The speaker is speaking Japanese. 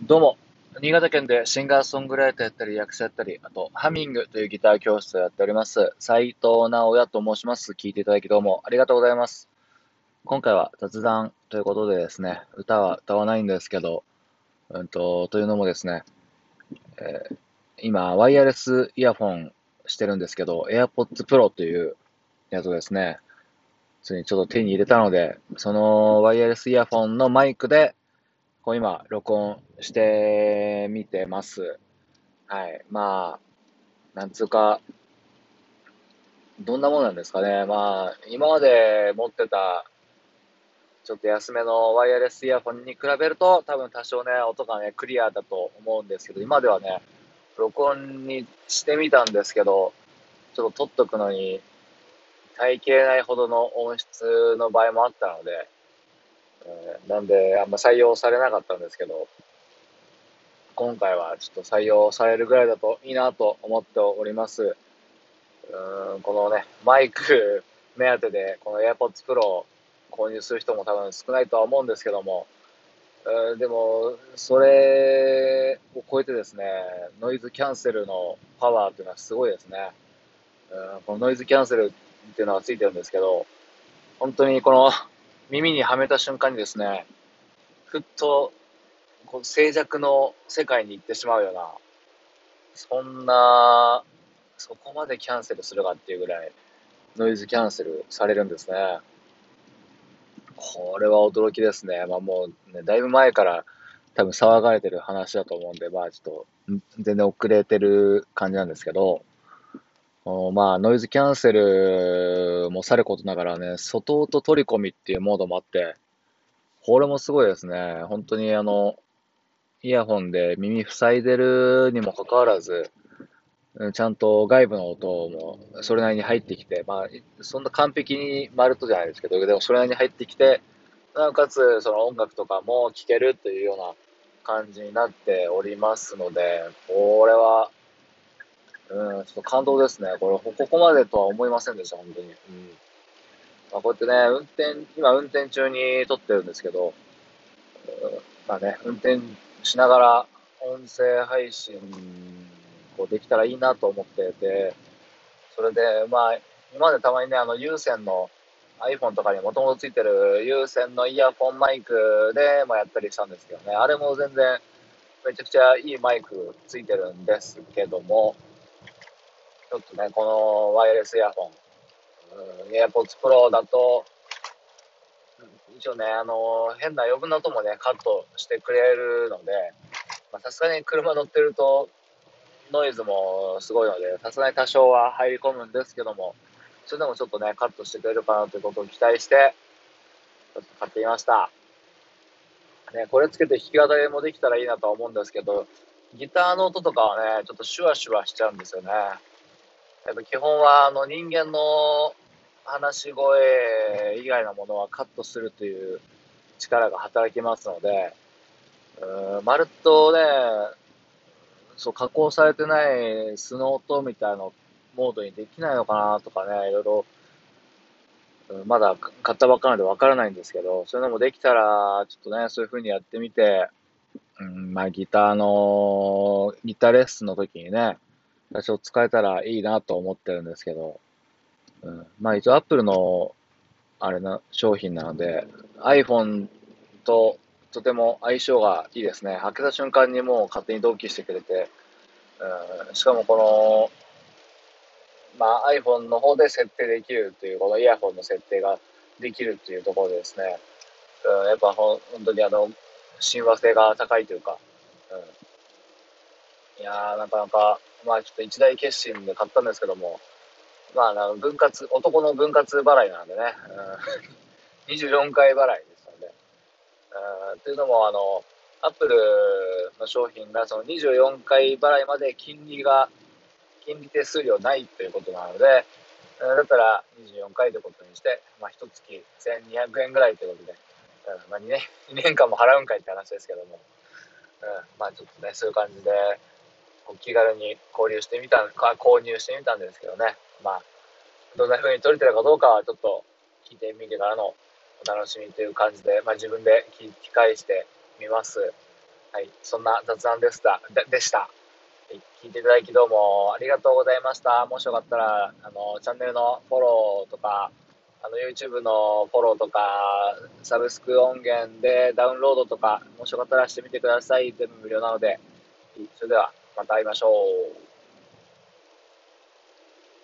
どうも、新潟県でシンガーソングライターやったり役者やったり、あとハミングというギター教室をやっております、斉藤直也と申します。聞いていただきどうもありがとうございます。今回は雑談ということでですね、歌は歌わないんですけど、というのもですね、えー今、ワイヤレスイヤホンしてるんですけど、AirPods Pro というやつをですね、ついにちょっと手に入れたので、そのワイヤレスイヤホンのマイクで、今、録音してみてます。はい。なんつうか、どんなものなんですかね。今まで持ってた、ちょっと安めのワイヤレスイヤホンに比べると、多分多少ね、音がね、クリアだと思うんですけど、今ではね、録音にしてみたんですけど、ちょっと撮っとくのに耐えきれないほどの音質の場合もあったので、なんで、あんま採用されなかったんですけど、今回はちょっと採用されるぐらいだといいなと思っております。このね、マイク目当てで、この AirPods Pro を購入する人も多分少ないとは思うんですけども、でも、それを超えてですね、ノイズキャンセルのパワーっていうのはすごいですね。このノイズキャンセルっていうのがついてるんですけど、本当にこの耳にはめた瞬間にですね、ふっとこの静寂の世界に行ってしまうような、そんな、そこまでキャンセルするかっていうぐらい、ノイズキャンセルされるんですね。これは驚きですね。もうね、だいぶ前から多分騒がれてる話だと思うんで、ちょっと全然遅れてる感じなんですけど、ノイズキャンセルもさることながらね、外音取り込みっていうモードもあって、これもすごいですね。本当にイヤホンで耳塞いでるにもかかわらず、ちゃんと外部の音もそれなりに入ってきて、そんな完璧に丸とじゃないですけど、でもそれなりに入ってきて、なおかつその音楽とかも聴けるというような感じになっておりますので、これは、ちょっと感動ですね。ここまでとは思いませんでした、本当に。こうやってね、今運転中に撮ってるんですけど、運転しながら音声配信できたらいいなと思ってて、それで、今までたまにね、有線の iPhone とかにもともとついてる有線のイヤホンマイクで、やったりしたんですけどね、あれも全然めちゃくちゃいいマイクついてるんですけども、ちょっとね、このワイヤレスイヤホン、AirPods Pro だと、一応ね、変な余分な音もね、カットしてくれるので、さすがに車乗ってるとノイズもすごいので、さすがに多少は入り込むんですけども、それでもちょっとね、カットしてくれるかなということを期待して、ちょっと買ってみました。ね、これつけて弾き語りもできたらいいなとは思うんですけど、ギターの音とかはね、ちょっとシュワシュワしちゃうんですよね。やっぱ基本は人間の話し声以外のものはカットするという力が働きますので、まるっとね、そう、加工されてない素の音みたいなモードにできないのかなとかね、いろいろ、まだ買ったばっかりでわからないんですけど、そういうのもできたら、ちょっとね、そういう風にやってみて、ギターレッスンの時にね、多少使えたらいいなと思ってるんですけど、一応 Apple の、あれな、商品なので、iPhone ととても相性がいいですね。開けた瞬間にもう勝手に同期してくれて、しかもこの、iPhone の方で設定できるという、このイヤホンの設定ができるというところでですね、やっぱ本当に親和性が高いというか、いやー、なかなか、ちょっと一大決心で買ったんですけども、男の分割払いなんでね、24回払いですので、というのも、アップルの商品がその24回払いまで金利手数料ないということなので、だったら24回ということにして、一月1200円ぐらいということで、2年間も払うんかいって話ですけども、ちょっとね、そういう感じで、気軽に購入してみたんですけどね、どんな風に撮れてるかどうかはちょっと聞いてみてからのお楽しみという感じで、自分で聞き返してみます。 はい、そんな雑談でした。はい、聞いていただきどうもありがとうございました。もしよかったら、チャンネルのフォローとか、YouTube のフォローとか、サブスク音源でダウンロードとか、もしよかったらしてみてください。全部無料なので。それでは、また会いましょう。